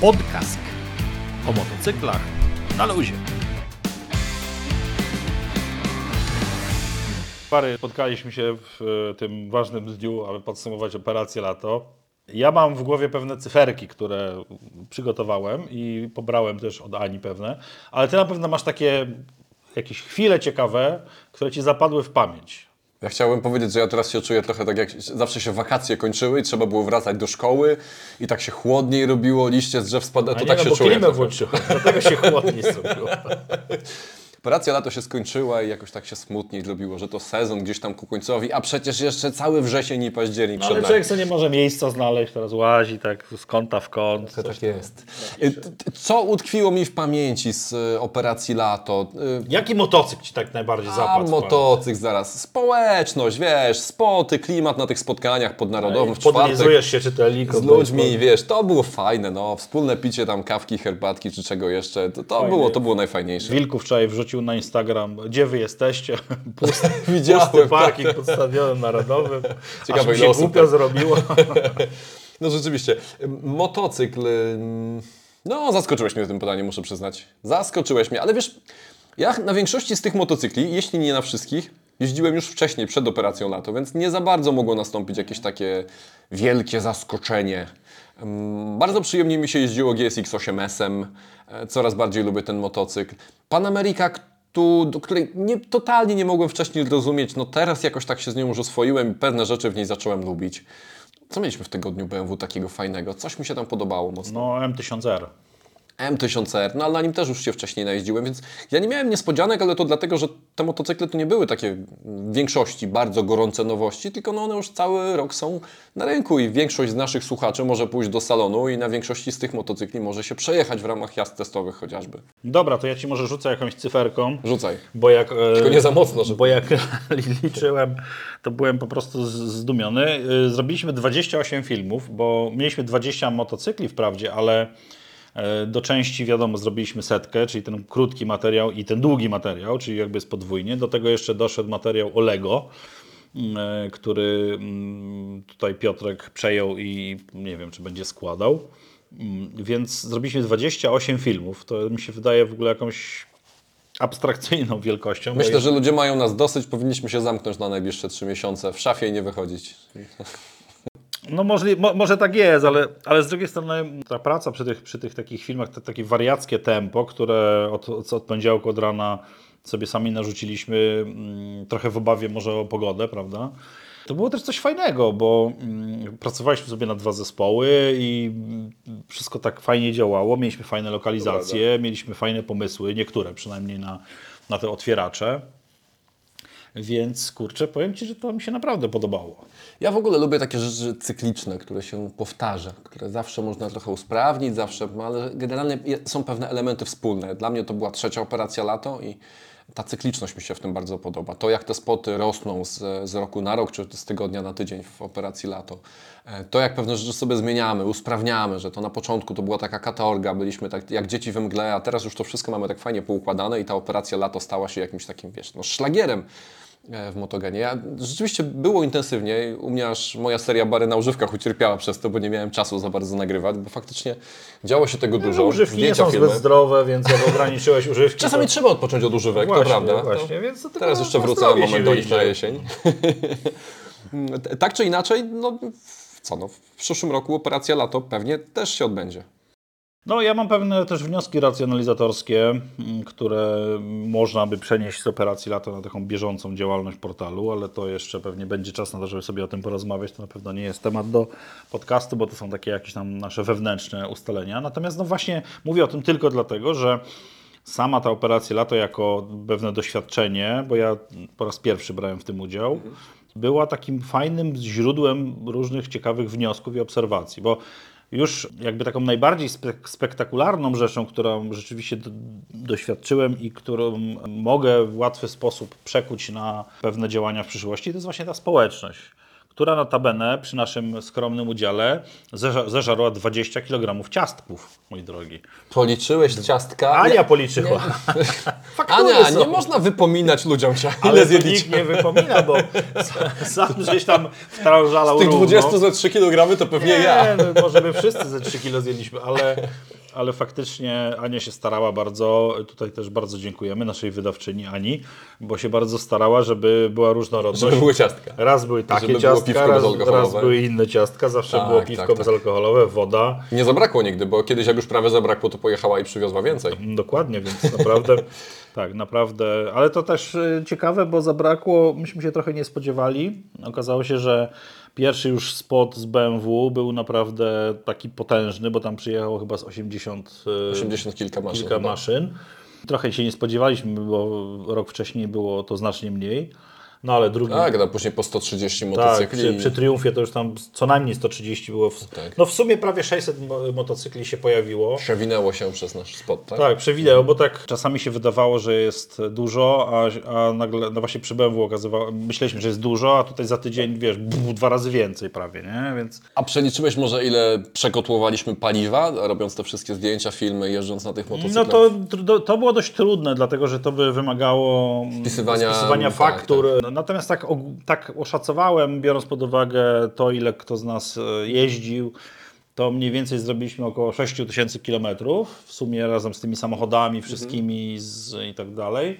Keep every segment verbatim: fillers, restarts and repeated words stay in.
Podcast o motocyklach na luzie. Pary, spotkaliśmy się w tym ważnym dniu, aby podsumować operację Lato. Ja mam w głowie pewne cyferki, które przygotowałem i pobrałem też od Ani pewne, ale ty na pewno masz takie jakieś chwile ciekawe, które ci zapadły w pamięć. Ja chciałbym powiedzieć, że ja teraz się czuję trochę tak, jak zawsze się wakacje kończyły i trzeba było wracać do szkoły i tak się chłodniej robiło, liście z drzew spadały, to nie, tak no, się bo czuję. klimę włączyłem, dlatego się chłodniej zrobiło. Operacja Lato się skończyła i jakoś tak się smutniej zrobiło, że to sezon gdzieś tam ku końcowi, a przecież jeszcze cały wrzesień i październik No, przed ale nami. człowiek sobie nie może miejsca znaleźć, teraz łazi tak z kąta w kąt. To tak jest. Co utkwiło mi w pamięci z y, operacji Lato? Y, Jaki motocykl ci tak najbardziej A zapadł? motocykl zaraz. Społeczność, wiesz, spoty, klimat na tych spotkaniach podnarodowych w czwartek. Podlizujesz się czytelnikom. Z ludźmi, wiesz, to było fajne, no, wspólne picie tam kawki, herbatki czy czego jeszcze, to, to, było, to było najfajniejsze. Wilku wczoraj wrzucił na Instagram, gdzie wy jesteście? Pusty, Widziałem, pusty parking pod Stadionem Narodowym. Ciekawe, Aż mi ile się osób głupio tak- zrobiło. No rzeczywiście, motocykl, ym, no zaskoczyłeś mnie tym pytaniem, muszę przyznać. Zaskoczyłeś mnie, ale wiesz, ja na większości z tych motocykli, jeśli nie na wszystkich, jeździłem już wcześniej, przed operacją Lato, więc nie za bardzo mogło nastąpić jakieś takie wielkie zaskoczenie. Ym, Bardzo przyjemnie mi się jeździło G S X osiem S em, e, coraz bardziej lubię ten motocykl. Pan America, tu, do której nie, totalnie nie mogłem wcześniej zrozumieć, no teraz jakoś tak się z nią już oswoiłem i pewne rzeczy w niej zacząłem lubić. Co mieliśmy w tygodniu B M W takiego fajnego? Coś mi się tam podobało mocno. No M tysiąc R. M tysiąc R, no ale na nim też już się wcześniej najeździłem, więc ja nie miałem niespodzianek, ale to dlatego, że te motocykle to nie były takie w większości bardzo gorące nowości, tylko no one już cały rok są na rynku i większość z naszych słuchaczy może pójść do salonu i na większości z tych motocykli może się przejechać w ramach jazd testowych chociażby. Dobra, to ja ci może rzucę jakąś cyferką. Rzucaj. Bo jak, Tylko nie za mocno, żeby... Bo jak liczyłem, to byłem po prostu z- zdumiony. Y, Zrobiliśmy dwadzieścia osiem filmów, bo mieliśmy dwadzieścia motocykli wprawdzie, ale y, do części wiadomo zrobiliśmy setkę, czyli ten krótki materiał i ten długi materiał, czyli jakby jest podwójnie. Do tego jeszcze doszedł materiał o Lego, y, który mm, tutaj Piotrek przejął i nie wiem, czy będzie składał. Mm, Więc zrobiliśmy dwadzieścia osiem filmów. To mi się wydaje w ogóle jakąś abstrakcyjną wielkością. bo Myślę, jest- że ludzie mają nas dosyć, powinniśmy się zamknąć na najbliższe trzy miesiące w szafie i nie wychodzić. No możli, mo, może tak jest, ale, ale z drugiej strony ta praca przy tych, przy tych takich filmach, to takie wariackie tempo, które od, od, od poniedziałku od rana sobie sami narzuciliśmy, mm, trochę w obawie może o pogodę, prawda? To było też coś fajnego, bo mm, pracowaliśmy sobie na dwa zespoły i mm, wszystko tak fajnie działało, mieliśmy fajne lokalizacje, mieliśmy fajne pomysły, niektóre przynajmniej na, na te otwieracze. Więc kurczę, powiem Ci, że to mi się naprawdę podobało. Ja w ogóle lubię takie rzeczy cykliczne, które się powtarza, które zawsze można trochę usprawnić, zawsze, ale generalnie je- są pewne elementy wspólne. Dla mnie to była trzecia operacja Lato i ta cykliczność mi się w tym bardzo podoba. To, jak te spoty rosną z, z roku na rok, czy z tygodnia na tydzień w operacji Lato. E, To, jak pewne rzeczy sobie zmieniamy, usprawniamy, że to na początku to była taka katorga, byliśmy tak jak dzieci we mgle, a teraz już to wszystko mamy tak fajnie poukładane i ta operacja Lato stała się jakimś takim, wiesz, no szlagierem e, w motogenie. Ja, rzeczywiście było intensywnie. U mnie aż moja seria Bary na używkach ucierpiała przez to, bo nie miałem czasu za bardzo nagrywać, bo faktycznie działo się tego dużo. No, używki nie Zdjęcia, są filmy. zbyt zdrowe, więc jak ograniczyłeś używki... Czasami to... trzeba odpocząć od używek, Właśnie, to prawda. właśnie, To więc to tylko teraz jeszcze na wrócę zdrowie moment się do nich wyjdzie. na jesień. Tak czy inaczej, no co no, w przyszłym roku operacja Lato pewnie też się odbędzie. No ja mam pewne też wnioski racjonalizatorskie, m, które można by przenieść z operacji Lato na taką bieżącą działalność portalu, ale to jeszcze pewnie będzie czas na to, żeby sobie o tym porozmawiać. To na pewno nie jest temat do podcastu, bo to są takie jakieś tam nasze wewnętrzne ustalenia. Natomiast no właśnie mówię o tym tylko dlatego, że sama ta operacja Lato jako pewne doświadczenie, bo ja po raz pierwszy brałem w tym udział, była takim fajnym źródłem różnych ciekawych wniosków i obserwacji, bo już jakby taką najbardziej spe- spektakularną rzeczą, którą rzeczywiście do, doświadczyłem i którą mogę w łatwy sposób przekuć na pewne działania w przyszłości, to jest właśnie ta społeczność, która notabene przy naszym skromnym udziale zeża- zeżarła dwadzieścia kilogramów ciastków, mój drogi. Policzyłeś ciastka? Ania policzyła. Faktury Ania, są. nie można wypominać ludziom, ile Ale to zjedliście. nikt nie wypomina, bo sam gdzieś tam wtrążalał Z tych równo. dwudziestu ze trzy kilogramy to pewnie ja. Nie, no może my wszyscy ze trzy kilo zjedliśmy, ale, ale faktycznie Ania się starała bardzo. Tutaj też bardzo dziękujemy naszej wydawczyni Ani, bo się bardzo starała, żeby była różnorodność. Żeby były ciastka. Raz były takie Żeby było ciastka, piwko raz, bezalkoholowe. raz były inne ciastka, zawsze Tak, było tak, piwko tak. bezalkoholowe, woda. Nie zabrakło nigdy, bo kiedyś jak już prawie zabrakło, to pojechała i przywiozła więcej. Dokładnie, więc naprawdę, tak, naprawdę, ale to też y, ciekawe, bo zabrakło, myśmy się trochę nie spodziewali. Okazało się, że pierwszy już spot z B M W był naprawdę taki potężny, bo tam przyjechało chyba z osiemdziesiąt, y, osiemdziesiąt kilka maszyn. kilka chyba. maszyn. Trochę się nie spodziewaliśmy, bo rok wcześniej było to znacznie mniej. No ale drugi... Tak, a później po sto trzydzieści Tak, motocykli. przy, przy Triumfie to już tam co najmniej sto trzydzieści było. W, Tak. No w sumie prawie sześćset mo- motocykli się pojawiło. Przewinęło się przez nasz spot, tak? Tak, przy wideo, bo tak czasami się wydawało, że jest dużo, a, a nagle, no właśnie przy B M W okazywało, myśleliśmy, że jest dużo, a tutaj za tydzień, wiesz, bu, dwa razy więcej prawie, nie? Więc A przeliczyłeś może ile przekotłowaliśmy paliwa, robiąc te wszystkie zdjęcia, filmy, jeżdżąc na tych motocyklach? no to, to, to było dość trudne, dlatego że to by wymagało Wpisywania- spisywania tak, faktur. Natomiast tak, og- tak oszacowałem, biorąc pod uwagę to, ile kto z nas e, jeździł, to mniej więcej zrobiliśmy około sześć tysięcy kilometrów, w sumie razem z tymi samochodami wszystkimi z, i tak dalej.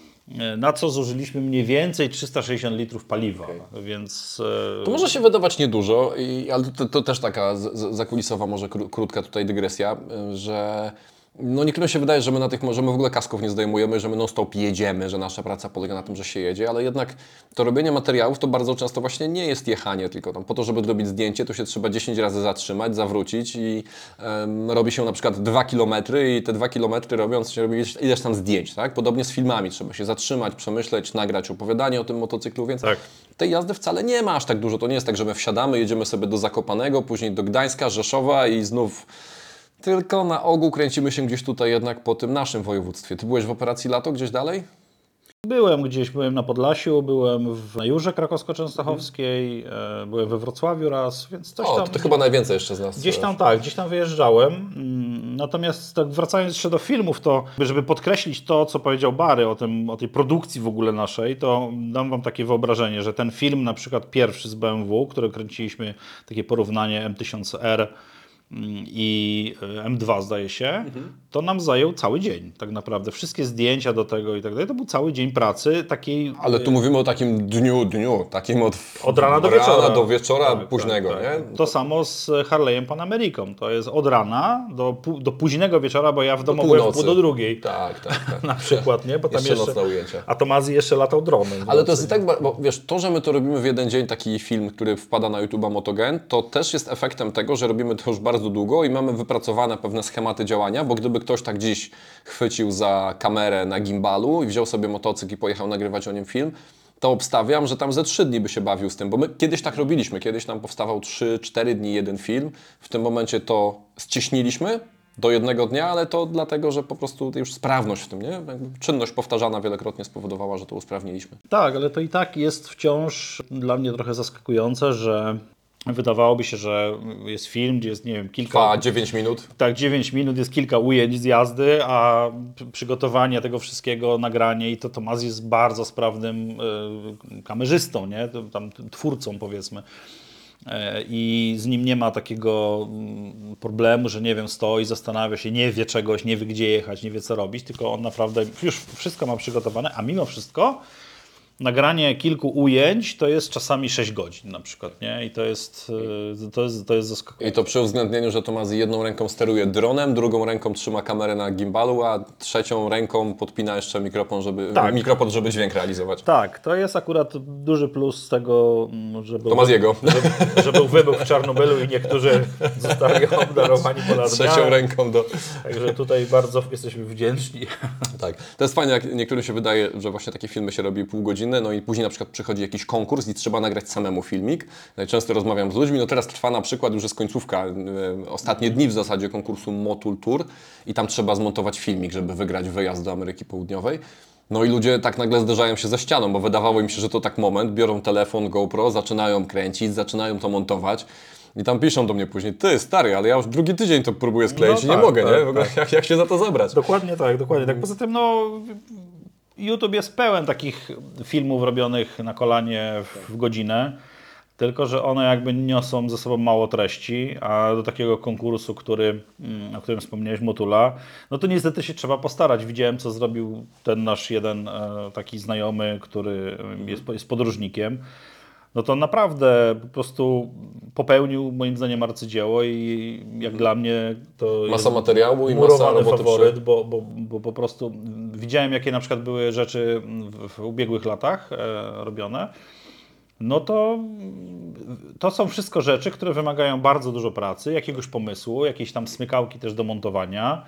E, Na co zużyliśmy mniej więcej trzysta sześćdziesiąt litrów paliwa, więc... e, To może się wydawać niedużo, i, ale to, to też taka z- z- zakulisowa, może kró- krótka tutaj dygresja, y, że no niektórym się wydaje, że my na tych, że my w ogóle kasków nie zdejmujemy, że my non-stop jedziemy, że nasza praca polega na tym, że się jedzie, ale jednak to robienie materiałów to bardzo często właśnie nie jest jechanie, tylko tam po to, żeby zrobić zdjęcie, to się trzeba dziesięć razy zatrzymać, zawrócić i em, robi się na przykład dwa kilometry i te dwa kilometry robiąc się robi ileś- ileś tam zdjęć, tak? Podobnie z filmami, trzeba się zatrzymać, przemyśleć, nagrać opowiadanie o tym motocyklu, więc Tak. tej jazdy wcale nie ma aż tak dużo. To nie jest tak, że my wsiadamy, jedziemy sobie do Zakopanego, później do Gdańska, Rzeszowa i znów... Tylko na ogół kręcimy się gdzieś tutaj jednak po tym naszym województwie. Ty byłeś w operacji Lato gdzieś dalej? Byłem gdzieś, byłem na Podlasiu, byłem w na Jurze Krakowsko-Częstochowskiej, e, byłem we Wrocławiu raz, więc coś O, tam... to, to chyba najwięcej jeszcze z nas. Gdzieś tam tak, gdzieś tam wyjeżdżałem. Mm, Natomiast tak wracając jeszcze do filmów, to żeby podkreślić to, co powiedział Bary o, tym, o tej produkcji w ogóle naszej, to dam wam takie wyobrażenie, że ten film na przykład pierwszy z B M W, który kręciliśmy, takie porównanie M tysiąc R i M dwa zdaje się, to nam zajął cały dzień tak naprawdę. Wszystkie zdjęcia do tego i tak dalej, to był cały dzień pracy takiej... Ale tu mówimy o takim dniu, dniu, takim od, Od rana do wieczora. do wieczora Tak, późnego, tak, tak. nie? To samo z Harley'em Pan Ameriką. To jest od rana do, pu- do późnego wieczora, bo ja w domu byłem w północy. pół do drugiej. Tak, tak, tak. Na przykład, nie? Bo tam Jeszcze jeszcze, nocne ujęcia. a Tomazy jeszcze latał dronem. Ale to jest i tak, ba- bo wiesz, to, że my to robimy w jeden dzień, taki film, który wpada na YouTube'a Motogen, to też jest efektem tego, że robimy to już bardzo długo i mamy wypracowane pewne schematy działania, bo gdyby ktoś tak dziś chwycił za kamerę na gimbalu i wziął sobie motocykl i pojechał nagrywać o nim film, to obstawiam, że tam ze trzy dni by się bawił z tym, bo my kiedyś tak robiliśmy, kiedyś nam powstawał trzy cztery dni jeden film, w tym momencie to ścieśniliśmy do jednego dnia, ale to dlatego, że po prostu już sprawność w tym, nie? Jakby czynność powtarzana wielokrotnie spowodowała, że to usprawniliśmy. Tak, ale to i tak jest wciąż dla mnie trochę zaskakujące, że wydawałoby się, że jest film, gdzie jest, nie wiem, kilka... Trwa dziewięć minut. Tak, dziewięć minut, jest kilka ujęć z jazdy, a p- przygotowanie tego wszystkiego, nagranie i to Tomasz jest bardzo sprawnym y, kamerzystą, nie? To Tam t- twórcą powiedzmy. E, I z nim nie ma takiego mm, problemu, że nie wiem, stoi, zastanawia się, nie wie czegoś, nie wie gdzie jechać, nie wie co robić, tylko on naprawdę już wszystko ma przygotowane, a mimo wszystko nagranie kilku ujęć to jest czasami sześć godzin na przykład, nie? I to jest, y, to jest, to jest zaskakujące. I to przy uwzględnieniu, że Tomazy jedną ręką steruje dronem, drugą ręką trzyma kamerę na gimbalu, a trzecią ręką podpina jeszcze mikrofon, żeby, Tak. mikrofon, żeby dźwięk realizować. Tak, to jest akurat duży plus z tego, mm, że był, Tomaziego. że, że był wybuch w Czarnobylu i niektórzy zostali obdarowani ponad Trzecią miarę. ręką do... Także tutaj bardzo jesteśmy wdzięczni. Tak. To jest fajne, jak niektórym się wydaje, że właśnie takie filmy się robi pół godziny, no i później na przykład przychodzi jakiś konkurs i trzeba nagrać samemu filmik. Najczęściej rozmawiam z ludźmi, no teraz trwa na przykład, już jest końcówka, y, ostatnie dni w zasadzie konkursu Motul Tour i tam trzeba zmontować filmik, żeby wygrać wyjazd do Ameryki Południowej. No i ludzie tak nagle zderzają się ze ścianą, bo wydawało im się, że to tak moment, biorą telefon, GoPro, zaczynają kręcić, zaczynają to montować i tam piszą do mnie później, ty stary, ale ja już drugi tydzień to próbuję skleić No i nie tak, mogę, tak, nie? W ogóle tak. jak, jak się za to zabrać? Dokładnie tak, dokładnie tak. Poza tym no, YouTube jest pełen takich filmów robionych na kolanie w, w godzinę, tylko że one jakby niosą ze sobą mało treści, a do takiego konkursu, który, mm, o którym wspomniałeś, Motula, no to niestety się trzeba postarać. Widziałem, co zrobił ten nasz jeden e, taki znajomy, który jest, jest podróżnikiem. No to naprawdę po prostu popełnił moim zdaniem arcydzieło i jak dla mnie to Masa materiału i masa murowany roboty faworyt, przy- bo, bo, bo po prostu widziałem, jakie na przykład były rzeczy w, w ubiegłych latach e, robione. No to, to są wszystko rzeczy, które wymagają bardzo dużo pracy, jakiegoś pomysłu, jakiejś tam smykałki też do montowania.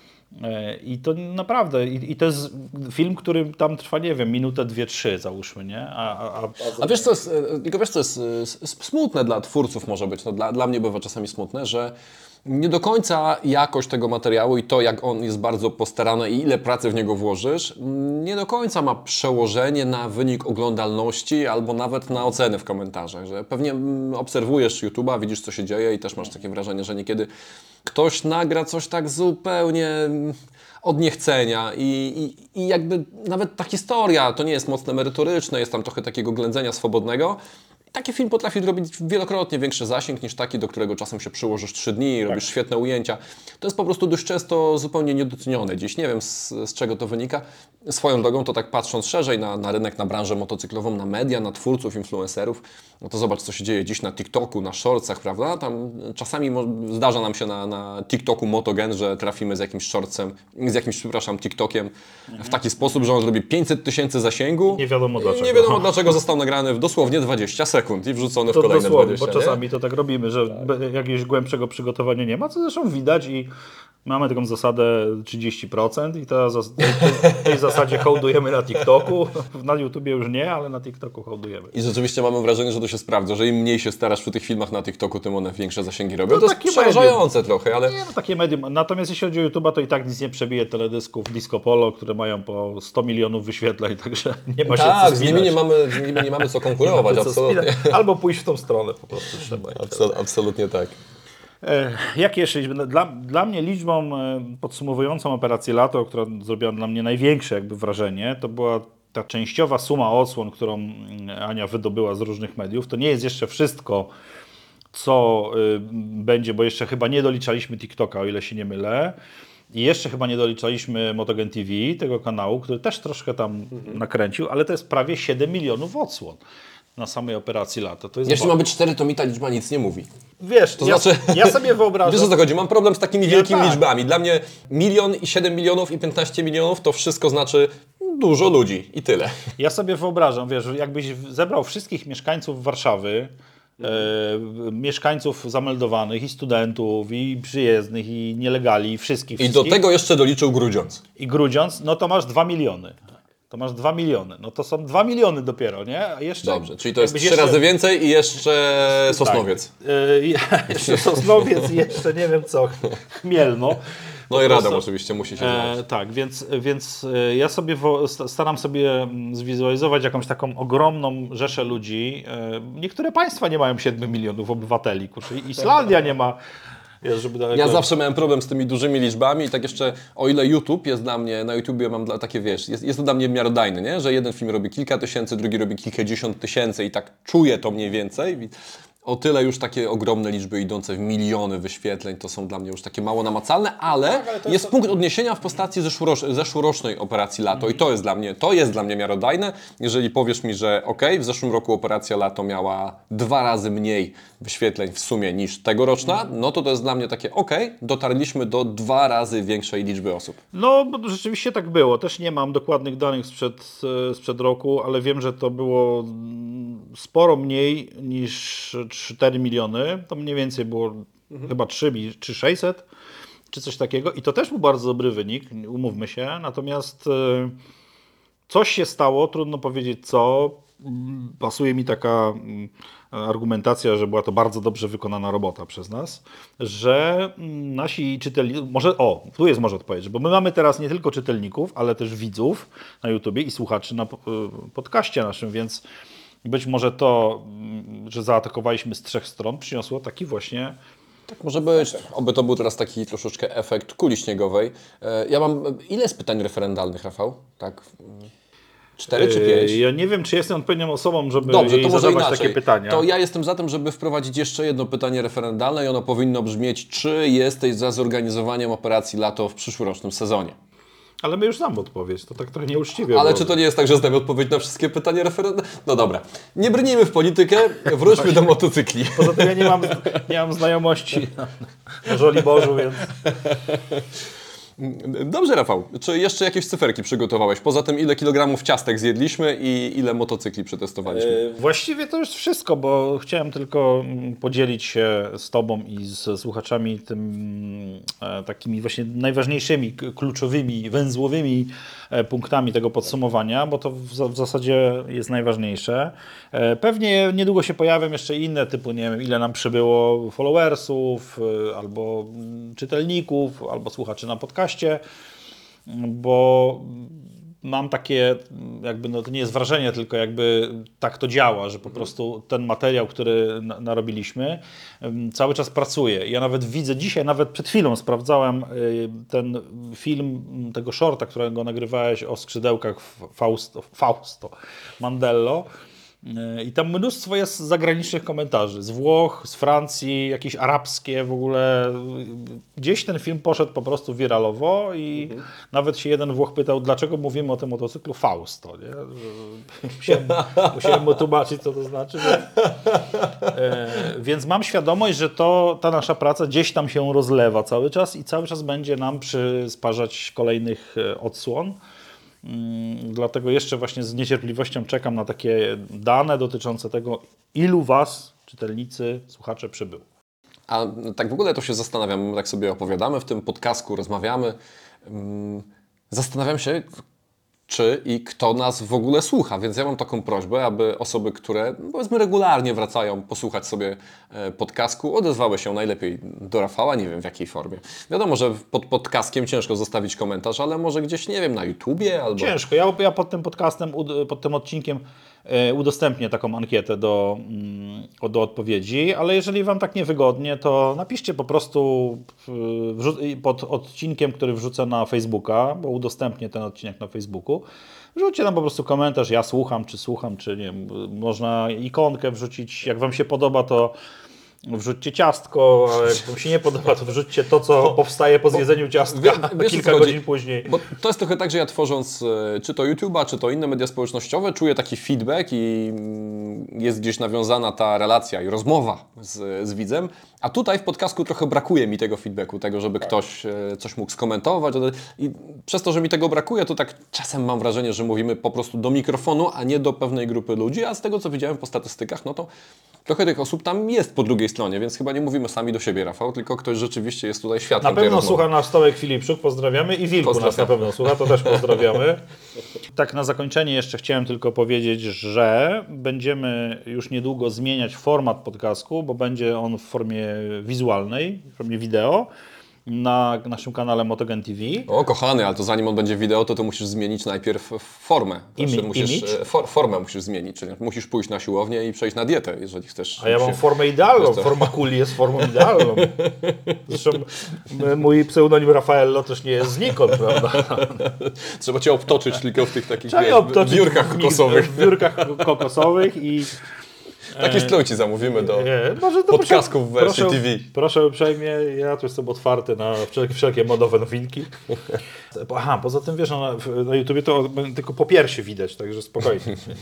E, I to naprawdę, i, i to jest film, który tam trwa, nie wiem, minutę, dwie, trzy załóżmy, nie? A, a, a, A wiesz co jest, e, tylko wiesz co jest e, s- smutne dla twórców może być, no dla, dla mnie bywa czasami smutne, że nie do końca jakość tego materiału i to, jak on jest bardzo postarany i ile pracy w niego włożysz, mm, nie do końca ma przełożenie na wynik oglądalności albo nawet na oceny w komentarzach, że pewnie mm, obserwujesz YouTube'a, widzisz co się dzieje i też masz takie wrażenie, że niekiedy ktoś nagra coś tak zupełnie mm, od niechcenia i, i, i jakby nawet ta historia to nie jest mocno merytoryczne, jest tam trochę takiego ględzenia swobodnego. Taki film potrafi robić wielokrotnie większy zasięg niż taki, do którego czasem się przyłożysz trzy dni, robisz świetne ujęcia. To jest po prostu dość często zupełnie niedocenione dziś. Nie wiem z, z czego to wynika. Swoją drogą to tak patrząc szerzej na, na rynek, na branżę motocyklową, na media, na twórców, influencerów, no to zobacz co się dzieje dziś na TikToku, na shortsach, prawda? Tam czasami mo- zdarza nam się na, na TikToku Motogen, że trafimy z jakimś shortsem, z jakimś, przepraszam, TikTokiem w taki sposób, że on zrobi pięćset tysięcy zasięgu. Nie wiadomo dlaczego. Nie wiadomo dlaczego został nagrany w dosłownie dwadzieścia sekund i wrzucony w To kolejne dosłownie, dwadzieścia. bo czasami to tak robimy, że be- jakiegoś głębszego przygotowania nie ma, co zresztą widać i mamy taką zasadę trzydzieści procent i ta zas- tej, tej zasadzie hołdujemy na TikToku, na YouTubie już nie, ale na TikToku hołdujemy. I rzeczywiście mamy wrażenie, że to się sprawdza, że im mniej się starasz przy tych filmach na TikToku, tym one większe zasięgi robią. No to jest takie przerażające trochę, ale... Nie, no takie medium. Natomiast jeśli chodzi o YouTube'a, to i tak nic nie przebije teledysków Disco Polo, które mają po sto milionów wyświetleń, także nie ma się Tak, co z nimi spinać. nie mamy, z nimi nie mamy co konkurować, Nie ma co absolutnie. spinać. Albo pójść w tą stronę po prostu trzeba. Absol- absolutnie tak. E, Jakie jeszcze liczby? Dla, dla mnie liczbą e, podsumowującą operację Lato, która zrobiła dla mnie największe jakby wrażenie, to była ta częściowa suma odsłon, którą mm, Ania wydobyła z różnych mediów. To nie jest jeszcze wszystko, co y, będzie, bo jeszcze chyba nie doliczaliśmy TikToka, o ile się nie mylę. I jeszcze chyba nie doliczaliśmy Motogen T V, tego kanału, który też troszkę tam nakręcił, ale to jest prawie siedem milionów odsłon na samej operacji Lato. To jest Jeśli ba- ma być cztery, to mi ta liczba nic nie mówi. Wiesz, To ja, znaczy, ja sobie wyobrażam... Wiesz o co chodzi? Mam problem z takimi wielkimi tak. liczbami. Dla mnie milion i siedem milionów i piętnaście milionów to wszystko znaczy dużo ludzi i tyle. Ja sobie wyobrażam, wiesz, jakbyś zebrał wszystkich mieszkańców Warszawy, e, mieszkańców zameldowanych i studentów, i przyjezdnych, i nielegali, i wszystkich, I do wszystkich, tego jeszcze doliczył Grudziądz. i Grudziądz, no to masz dwa miliony. To masz dwa miliony. No to są dwa miliony dopiero, nie? A jeszcze, Dobrze, czyli to jest jakbyś trzy jeszcze- razy więcej i jeszcze Sosnowiec. Tak. E, jeszcze Sosnowiec i jeszcze nie wiem co, Chmielno. No i Po Radom prostu- oczywiście musi się znaleźć. E, tak, więc, więc e, ja sobie wo, sta- staram sobie mm, zwizualizować jakąś taką ogromną rzeszę ludzi. E, niektóre państwa nie mają siedmiu milionów obywateli. Kurczę. Islandia nie ma. Jest, żeby daleko... Ja zawsze miałem problem z tymi dużymi liczbami i tak jeszcze, o ile YouTube jest dla mnie, na YouTubie mam dla, takie, wiesz, jest, jest to dla mnie miarodajne, nie? Że jeden film robi kilka tysięcy, drugi robi kilkadziesiąt tysięcy i tak czuję to mniej więcej. O tyle już takie ogromne liczby idące w miliony wyświetleń to są dla mnie już takie mało namacalne, ale, Tak, ale to jest, jest to- punkt odniesienia w postaci zeszłoroc- zeszłorocznej operacji Lato i to jest dla mnie, to jest dla mnie miarodajne. Jeżeli powiesz mi, że ok, w zeszłym roku operacja Lato miała dwa razy mniej wyświetleń w sumie niż tegoroczna, no to to jest dla mnie takie ok, dotarliśmy do dwa razy większej liczby osób. No, bo rzeczywiście tak było. Też nie mam dokładnych danych sprzed, e, sprzed roku, ale wiem, że to było mm, sporo mniej niż cztery miliony. To mniej więcej było chyba trzy mi- czy sześćset, czy coś takiego. I to też był bardzo dobry wynik, umówmy się. Natomiast e, coś się stało, trudno powiedzieć co. Mm, Pasuje mi taka mm, argumentacja, że była to bardzo dobrze wykonana robota przez nas, że nasi czytelnicy, może, o, tu jest może odpowiedź, bo my mamy teraz nie tylko czytelników, ale też widzów na YouTubie i słuchaczy na podcaście naszym, więc być może to, że zaatakowaliśmy z trzech stron, przyniosło taki właśnie... Tak może być. Oby to był teraz taki troszeczkę efekt kuli śniegowej. E, Ja mam... Ile jest pytań referendalnych, Rafał? Tak? Cztery czy pięć? Ja nie wiem, czy jestem odpowiednią osobą, żeby Dobrze, jej to może zadawać inaczej. takie pytania. To ja jestem za tym, żeby wprowadzić jeszcze jedno pytanie referendalne i ono powinno brzmieć, czy jesteś za zorganizowaniem operacji Lato w przyszłorocznym sezonie? Ale my już znamy odpowiedź, to tak trochę nieuczciwie. Ale bo... czy to nie jest tak, że znamy odpowiedź na wszystkie pytania referendalne? No dobra, nie brnijmy w politykę, wróćmy do motocykli. Poza tym ja nie mam, nie mam znajomości na Żoliborzu, więc... Dobrze, Rafał. Czy jeszcze jakieś cyferki przygotowałeś? Poza tym, ile kilogramów ciastek zjedliśmy i ile motocykli przetestowaliśmy? Właściwie to już wszystko, bo chciałem tylko mm, podzielić się z Tobą i z słuchaczami tym e, takimi właśnie najważniejszymi, k- kluczowymi, węzłowymi e, punktami tego podsumowania, bo to w, za- w zasadzie jest najważniejsze. E, pewnie niedługo się pojawią jeszcze inne typu, nie wiem, ile nam przybyło followersów, e, albo mm, czytelników, albo słuchaczy na podcaście, bo mam takie, jakby, no to nie jest wrażenie, tylko jakby tak to działa, że po prostu ten materiał, który na- narobiliśmy, ym, cały czas pracuje. Ja nawet widzę dzisiaj, nawet przed chwilą sprawdzałem y, ten film m, tego shorta, którego nagrywałeś o skrzydełkach F- Fausto, Fausto Mandello. Y, I tam mnóstwo jest zagranicznych komentarzy, z Włoch, z Francji, jakieś arabskie w ogóle. Gdzieś ten film poszedł po prostu wiralowo i nawet się jeden Włoch pytał, dlaczego mówimy o tym motocyklu Fausto. Nie? Musiałem, musiałem mu tłumaczyć, co to znaczy. Więc, e, więc mam świadomość, że to, ta nasza praca gdzieś tam się rozlewa cały czas i cały czas będzie nam przysparzać kolejnych e, odsłon. Mm, Dlatego jeszcze właśnie z niecierpliwością czekam na takie dane dotyczące tego, ilu Was, czytelnicy, słuchacze przybyło. A tak w ogóle to się zastanawiam, tak sobie opowiadamy w tym podcastku, rozmawiamy. Mm, Zastanawiam się, czy i kto nas w ogóle słucha, więc ja mam taką prośbę, aby osoby, które powiedzmy regularnie wracają posłuchać sobie e, podcastku, odezwały się najlepiej do Rafała, nie wiem w jakiej formie. Wiadomo, że pod podcastkiem ciężko zostawić komentarz, ale może gdzieś, nie wiem, na YouTubie albo... Ciężko. Ja, ja pod tym podcastem, ud- pod tym odcinkiem e, udostępnię taką ankietę do, mm, do odpowiedzi, ale jeżeli Wam tak niewygodnie, to napiszcie po prostu w- wrzu- pod odcinkiem, który wrzucę na Facebooka, bo udostępnię ten odcinek na Facebooku. Wrzućcie tam po prostu komentarz, ja słucham, czy słucham, czy nie wiem, można ikonkę wrzucić, jak Wam się podoba, to wrzućcie ciastko, a jak Wam się nie podoba, to wrzućcie to, co powstaje po zjedzeniu ciastka Wie- wiesz, o kilka co chodzi? godzin później. Bo to jest trochę tak, że ja tworząc e, czy to YouTube'a, czy to inne media społecznościowe, czuję taki feedback i mm, jest gdzieś nawiązana ta relacja i rozmowa z, z widzem, a tutaj w podcastku trochę brakuje mi tego feedbacku, tego, żeby ktoś e, coś mógł skomentować i przez to, że mi tego brakuje, to tak czasem mam wrażenie, że mówimy po prostu do mikrofonu, a nie do pewnej grupy ludzi, a z tego, co widziałem po statystykach, no to trochę tych osób tam jest po drugiej stronie, więc chyba nie mówimy sami do siebie, Rafał, tylko ktoś rzeczywiście jest tutaj świadkiem Na tej pewno rozmowy. słucha nas Stołek Filipczuk, pozdrawiamy, i Wilku nas na pewno słucha, to też pozdrawiamy. Tak na zakończenie jeszcze chciałem tylko powiedzieć, że będziemy już niedługo zmieniać format podcastku, bo będzie on w formie wizualnej, w formie wideo na naszym kanale Motogen T V. O, kochany, ale to zanim on będzie wideo, to, to musisz zmienić najpierw formę. Znaczy, Imi- musisz, image? e, for, formę musisz zmienić, czyli musisz pójść na siłownię i przejść na dietę, jeżeli chcesz. A ja mam się... formę idealną, Wiesz co? forma kuli jest formą idealną. Zresztą m- mój pseudonim Raffaello też nie jest znikąd, prawda? Trzeba cię obtoczyć tylko w tych takich Trzeba wiesz, je obtoczyć biurkach w- kokosowych. W biurkach kokosowych i... Taki strój ci zamówimy do Nie, może to podcastków w wersji proszę, T V. Proszę uprzejmie, ja tu jestem otwarty na wszelkie, wszelkie modowe nowinki. Aha, poza tym wiesz, no, na, na YouTubie to tylko po piersi widać, także spokojnie.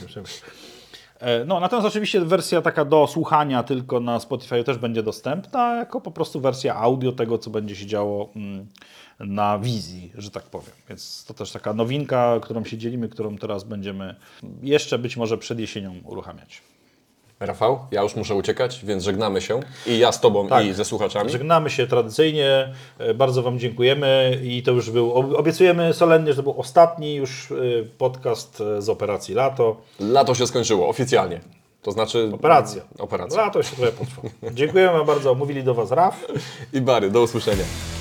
E, No, natomiast oczywiście wersja taka do słuchania tylko na Spotify też będzie dostępna, jako po prostu wersja audio tego, co będzie się działo mm, na wizji, że tak powiem. Więc to też taka nowinka, którą się dzielimy, którą teraz będziemy jeszcze być może przed jesienią uruchamiać. Rafał, ja już muszę uciekać, więc żegnamy się i ja z Tobą Tak. i ze słuchaczami. Żegnamy się tradycyjnie, e, bardzo Wam dziękujemy i to już był, ob- obiecujemy solennie, że to był ostatni już e, podcast e, z Operacji Lato. Lato się skończyło, oficjalnie. To znaczy... Operacja. Operacja. Lato jeszcze trochę potrwa. Dziękujemy bardzo. Mówili do Was Raf I Bary, do usłyszenia.